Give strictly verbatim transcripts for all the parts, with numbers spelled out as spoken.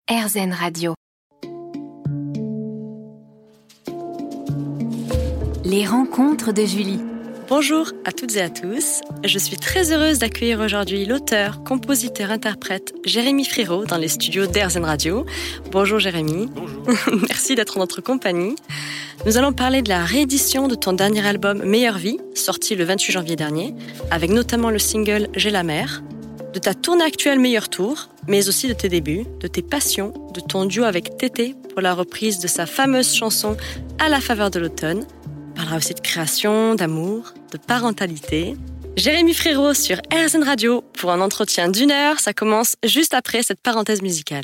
AirZen Radio. Les rencontres de Julie. Bonjour à toutes et à tous. Je suis très heureuse d'accueillir aujourd'hui l'auteur, compositeur, interprète Jérémy Frérot dans les studios d'AirZen Radio. Bonjour Jérémy. Bonjour. Merci d'être en notre compagnie. Nous allons parler de la réédition de ton dernier album Meilleure Vie, sorti le vingt-huit janvier dernier, avec notamment le single J'ai la mer, de ta tournée actuelle Meilleur Tour, mais aussi de tes débuts, de tes passions, de ton duo avec Tété pour la reprise de sa fameuse chanson À la faveur de l'automne. On parlera aussi de création, d'amour, de parentalité. Jérémy Frérot sur AirZen Radio pour un entretien d'une heure. Ça commence juste après cette parenthèse musicale.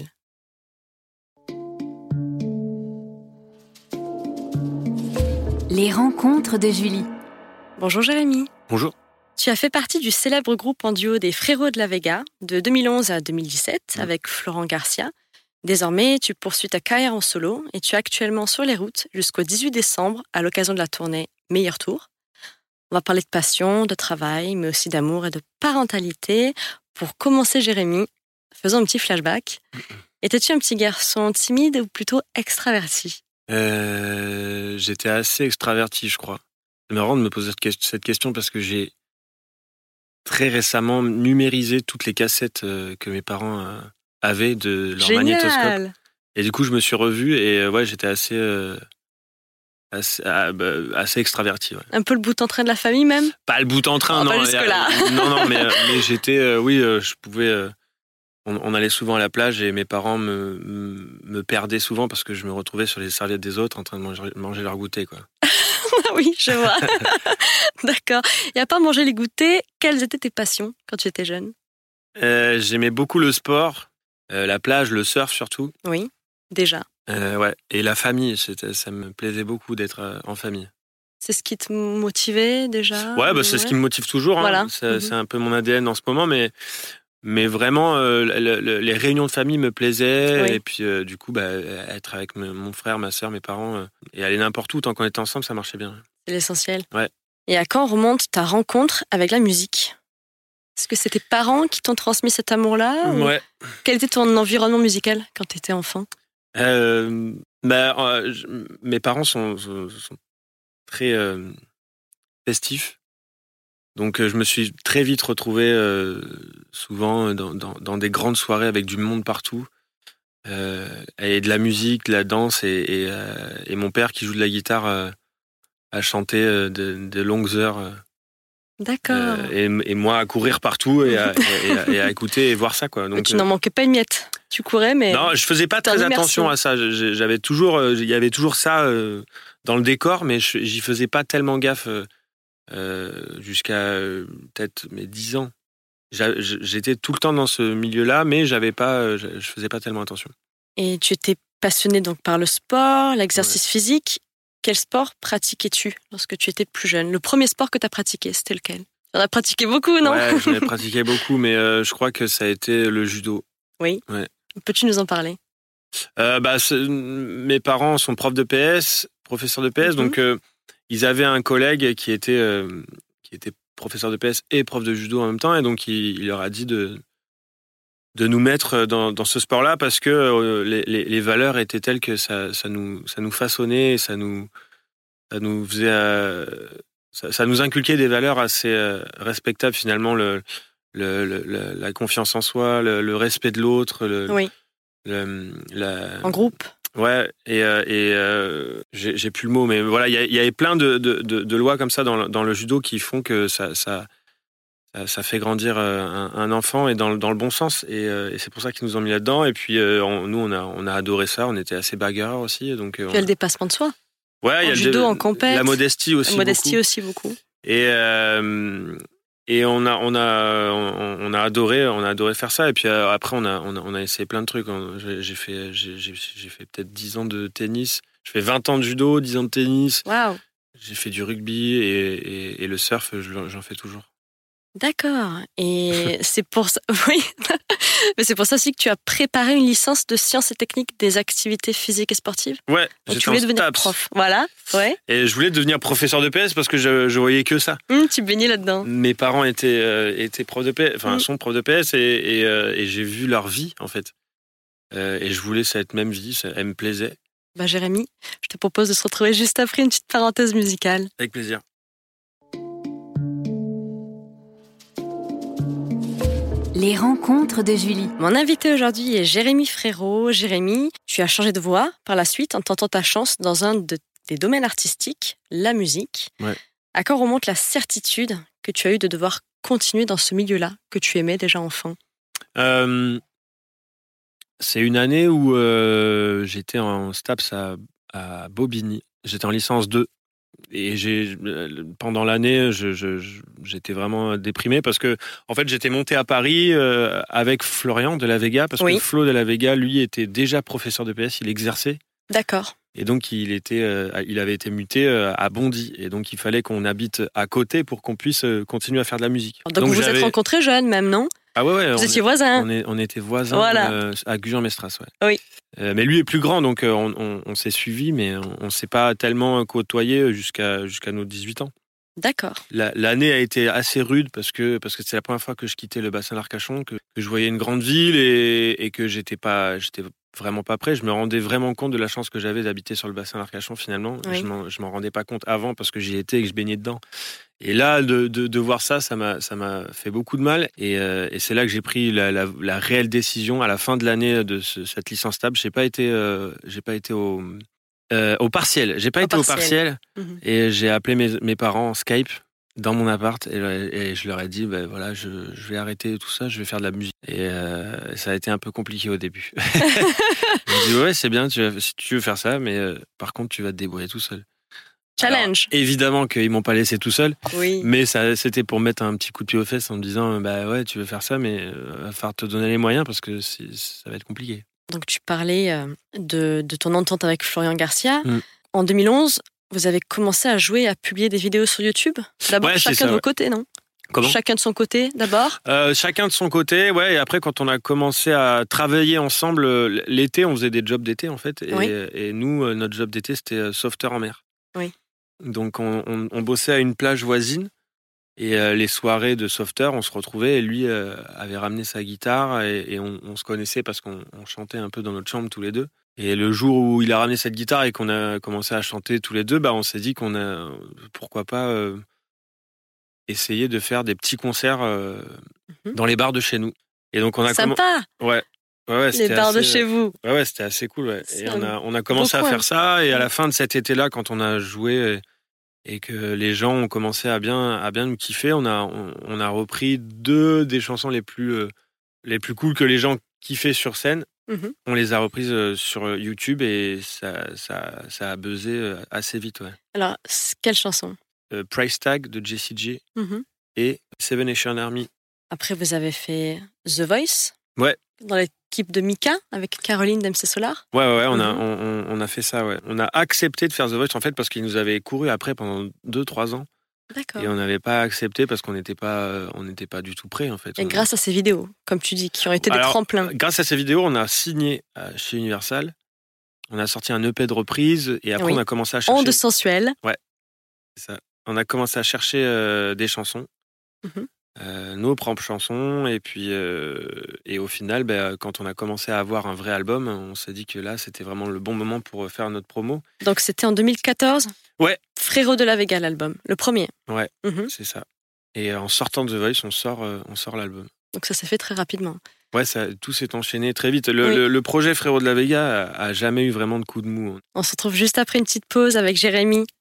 Les rencontres de Julie. Bonjour Jérémy. Bonjour. Tu as fait partie du célèbre groupe en duo des Frérots de la Vega de deux mille onze à deux mille dix-sept mmh. avec Florent Garcia. Désormais, tu poursuis ta carrière en solo et tu es actuellement sur les routes jusqu'au dix-huit décembre à l'occasion de la tournée Meilleur Tour. On va parler de passion, de travail, mais aussi d'amour et de parentalité. Pour commencer, Jérémy, faisons un petit flashback. Étais-tu un petit garçon timide ou plutôt extraverti ? euh, J'étais assez extraverti, je crois. C'est marrant de me poser cette question parce que j'ai très récemment numérisé toutes les cassettes que mes parents avaient de leur Génial. Magnétoscope. Et du coup, je me suis revu et ouais, j'étais assez, euh, assez, assez extraverti. Ouais. Un peu le bout en train de la famille même ? Pas le bout en train, oh, non. Pas jusque-là. Euh, non, non, mais, mais j'étais, euh, oui, euh, je pouvais. Euh, on, on allait souvent à la plage et mes parents me, me perdaient souvent parce que je me retrouvais sur les serviettes des autres en train de manger, manger leur goûter, quoi. Oui, je vois. D'accord. Et à part manger les goûters, quelles étaient tes passions quand tu étais jeune ? euh, J'aimais beaucoup le sport, euh, la plage, le surf surtout. Oui, déjà. Euh, ouais. Et la famille, c'était, ça me plaisait beaucoup d'être euh, en famille. C'est ce qui te motivait déjà ? Ouais, bah, c'est ouais. ce qui me motive toujours. Hein. Voilà. C'est, mm-hmm. c'est un peu mon A D N en ce moment, mais, mais vraiment, euh, le, le, les réunions de famille me plaisaient. Oui. Et puis, euh, du coup, bah, être avec me, mon frère, ma soeur, mes parents, euh, et aller n'importe où, tant qu'on était ensemble, ça marchait bien. C'est l'essentiel. Ouais. Et à quand remonte ta rencontre avec la musique ? Est-ce que c'est tes parents qui t'ont transmis cet amour-là ? Ouais. Ou... Quel était ton environnement musical quand tu étais enfant ? euh, bah, euh, je, Mes parents sont, sont, sont très euh, festifs. Donc, euh, je me suis très vite retrouvé euh, souvent dans, dans, dans des grandes soirées avec du monde partout. Euh, et de la musique, de la danse. Et, et, euh, et mon père qui joue de la guitare euh, à chanter euh, de, de longues heures. Euh, D'accord. Euh, et, et moi à courir partout et à, et, à, et à écouter et voir ça, quoi. Donc, et tu euh... n'en manquais pas une miette. Tu courais, mais... Non, je faisais pas très attention à ça. J'avais toujours, il y avait toujours ça euh, dans le décor, mais je, j'y faisais pas tellement gaffe euh, jusqu'à euh, peut-être mes dix ans. J'étais tout le temps dans ce milieu-là, mais j'avais pas, je, je faisais pas tellement attention. Et tu étais passionné donc par le sport, l'exercice ouais. physique. Quel sport pratiquais-tu lorsque tu étais plus jeune ? Le premier sport que tu as pratiqué, c'était lequel ? Tu en as pratiqué beaucoup, non ? Ouais, j'en ai pratiqué beaucoup, mais euh, je crois que ça a été le judo. Oui. Ouais. Peux-tu nous en parler ? euh, bah, Mes parents sont profs de P S, professeurs de P S, mm-hmm. donc euh, ils avaient un collègue qui était, euh, qui était professeur de P S et prof de judo en même temps, et donc il, il leur a dit de... de nous mettre dans, dans ce sport-là parce que euh, les, les, les valeurs étaient telles que ça, ça, nous, ça nous façonnait, et ça nous, ça nous faisait, euh, ça, ça nous inculquait des valeurs assez euh, respectables finalement, le, le, le, la confiance en soi, le, le respect de l'autre, le, oui. le, la... en groupe. Ouais, et, euh, et euh, j'ai, j'ai plus le mot, mais voilà, il y, y avait plein de, de, de, de lois comme ça dans, dans le judo qui font que ça, ça ça fait grandir un, un enfant et dans, dans le bon sens, et, euh, et c'est pour ça qu'ils nous ont mis là-dedans. Et puis euh, on, nous on a, on a adoré ça, on était assez bagarreurs aussi, donc puis il y a le dépassement de soi ouais, il y a le judo, le, en compète, la modestie aussi la modestie beaucoup. aussi beaucoup et euh, et on a on a on, on a adoré on a adoré faire ça. Et puis euh, après on a, on a on a essayé plein de trucs. J'ai, j'ai fait j'ai, j'ai, j'ai fait peut-être dix ans de tennis, j'ai fait vingt ans de judo, dix ans de tennis. Waouh. J'ai fait du rugby et, et, et le surf, j'en fais toujours. D'accord. Et c'est pour ça, oui, mais c'est pour ça aussi que tu as préparé une licence de sciences et techniques des activités physiques et sportives. Ouais. Donc tu voulais devenir STAPS. Prof. Voilà. Ouais. Et je voulais devenir professeur de P S parce que je, je voyais que ça. Mmh, tu baignais là-dedans. Mes parents étaient, euh, étaient profs de P S, enfin, mmh. sont profs de P S et, et, euh, et j'ai vu leur vie, en fait. Euh, et je voulais cette même vie, ça, elle me plaisait. Bah, Jérémy, je te propose de se retrouver juste après une petite parenthèse musicale. Avec plaisir. Les rencontres de Julie. Mon invité aujourd'hui est Jérémy Frérot. Jérémy, tu as changé de voie par la suite en tentant ta chance dans un de, des domaines artistiques, la musique. Ouais. À quand remonte la certitude que tu as eue de devoir continuer dans ce milieu-là que tu aimais déjà enfant? euh, C'est une année où euh, j'étais en STAPS à, à Bobigny. J'étais en licence deux. Et j'ai, pendant l'année, je, je, je, j'étais vraiment déprimé parce que, en fait, j'étais monté à Paris euh, avec Florian de la Vega parce oui. que Flo de la Vega, lui, était déjà professeur de P S, il exerçait. D'accord. Et donc, il était, euh, il avait été muté euh, à Bondy. Et donc, il fallait qu'on habite à côté pour qu'on puisse euh, continuer à faire de la musique. Donc, donc vous vous êtes rencontrés jeunes même, non? Ah ouais, ouais. Vous étiez voisins. On, est, on était voisins voilà. euh, à Gujan-Mestras, ouais. Oui. Euh, mais lui est plus grand, donc euh, on, on, on s'est suivis, mais on ne s'est pas tellement côtoyés jusqu'à, jusqu'à nos dix-huit ans. D'accord. La, l'année a été assez rude parce que, parce que c'est la première fois que je quittais le bassin d'Arcachon, que, que je voyais une grande ville et, et que j'étais pas, j'étais vraiment pas prêt. Je me rendais vraiment compte de la chance que j'avais d'habiter sur le bassin d'Arcachon finalement. Oui. Je m'en, je m'en rendais pas compte avant parce que j'y étais et que je baignais dedans. Et là, de, de, de voir ça, ça m'a, ça m'a fait beaucoup de mal. Et, euh, et c'est là que j'ai pris la, la, la réelle décision à la fin de l'année de ce, cette licence stable. J'ai pas été, euh, j'ai pas été au, euh, au partiel. J'ai pas au été partiel. au partiel. Mmh. Et j'ai appelé mes, mes parents en Skype dans mon appart et, et je leur ai dit, ben voilà, je, je vais arrêter tout ça, je vais faire de la musique. Et euh, ça a été un peu compliqué au début. Ils m'ont dit, ouais, c'est bien, tu vas, si tu veux faire ça, mais euh, par contre, tu vas te débrouiller tout seul. Challenge. Alors, évidemment qu'ils m'ont pas laissé tout seul, oui. mais ça, c'était pour mettre un petit coup de pied aux fesses en me disant, bah ouais, tu veux faire ça, mais euh, va falloir te donner les moyens parce que c'est, ça va être compliqué. Donc tu parlais euh, de, de ton entente avec Florian Garcia. Mm. En deux mille onze, vous avez commencé à jouer, à publier des vidéos sur YouTube. D'abord, ouais, chacun ça, de vos ouais. côtés, non? Comment? Chacun de son côté, d'abord. Euh, chacun de son côté, ouais. Et après, quand on a commencé à travailler ensemble, l'été, on faisait des jobs d'été en fait. Et, oui. et nous, notre job d'été, c'était sauveteur en mer. Oui. Donc, on, on, on bossait à une plage voisine. Et euh, les soirées de sauveteur, on se retrouvait. Et lui euh, avait ramené sa guitare et, et on, on se connaissait parce qu'on on chantait un peu dans notre chambre tous les deux. Et le jour où il a ramené cette guitare et qu'on a commencé à chanter tous les deux, bah, on s'est dit qu'on a, pourquoi pas euh, essayer de faire des petits concerts euh, mm-hmm. dans les bars de chez nous. Et donc on a sympa. Comm... Ouais. Ouais, ouais, les bars assez... de chez vous. Ouais, ouais, c'était assez cool. Ouais. Et on a, on a commencé Beaucoup, à faire ça. Et à la fin de cet été-là, quand on a joué et que les gens ont commencé à bien, à bien nous kiffer, on a, on, on a repris deux des chansons les plus, euh, les plus cool que les gens kiffaient sur scène. Mm-hmm. On les a reprises euh, sur YouTube et ça, ça, ça a buzzé euh, assez vite. Ouais. Alors, quelle chanson? euh, Price Tag de Jessie J mm-hmm. et Seven Nation Army. Après, vous avez fait The Voice. Ouais. Dans l'équipe de Mika avec Caroline d'M C Solar. Ouais, ouais, ouais on, mm-hmm. a, on, on a fait ça. Ouais. On a accepté de faire The Voice en fait parce qu'ils nous avaient couru après pendant deux trois ans. D'accord. Et on n'avait pas accepté parce qu'on n'était pas, on n'était pas du tout prêts en fait. Et on grâce a... à ces vidéos, comme tu dis, qui ont été des Alors, tremplins. Grâce à ces vidéos, on a signé chez Universal. On a sorti un E P de reprise et après oui. on a commencé à chercher. Ondes sensuelles. Ouais. C'est ça. On a commencé à chercher euh, des chansons. Mm-hmm. Euh, nos propres chansons et puis euh, et au final bah, quand on a commencé à avoir un vrai album on s'est dit que là c'était vraiment le bon moment pour faire notre promo. Donc c'était en deux mille quatorze. Ouais. Frérot de la Vega l'album, le premier. Ouais, mm-hmm. c'est ça. Et en sortant de The Voice on sort, euh, on sort l'album. Donc ça s'est fait très rapidement. Ouais, ça, tout s'est enchaîné très vite. Le, oui. le, le projet Frérot de la Vega a, a jamais eu vraiment de coup de mou. On se retrouve juste après une petite pause avec Jérémy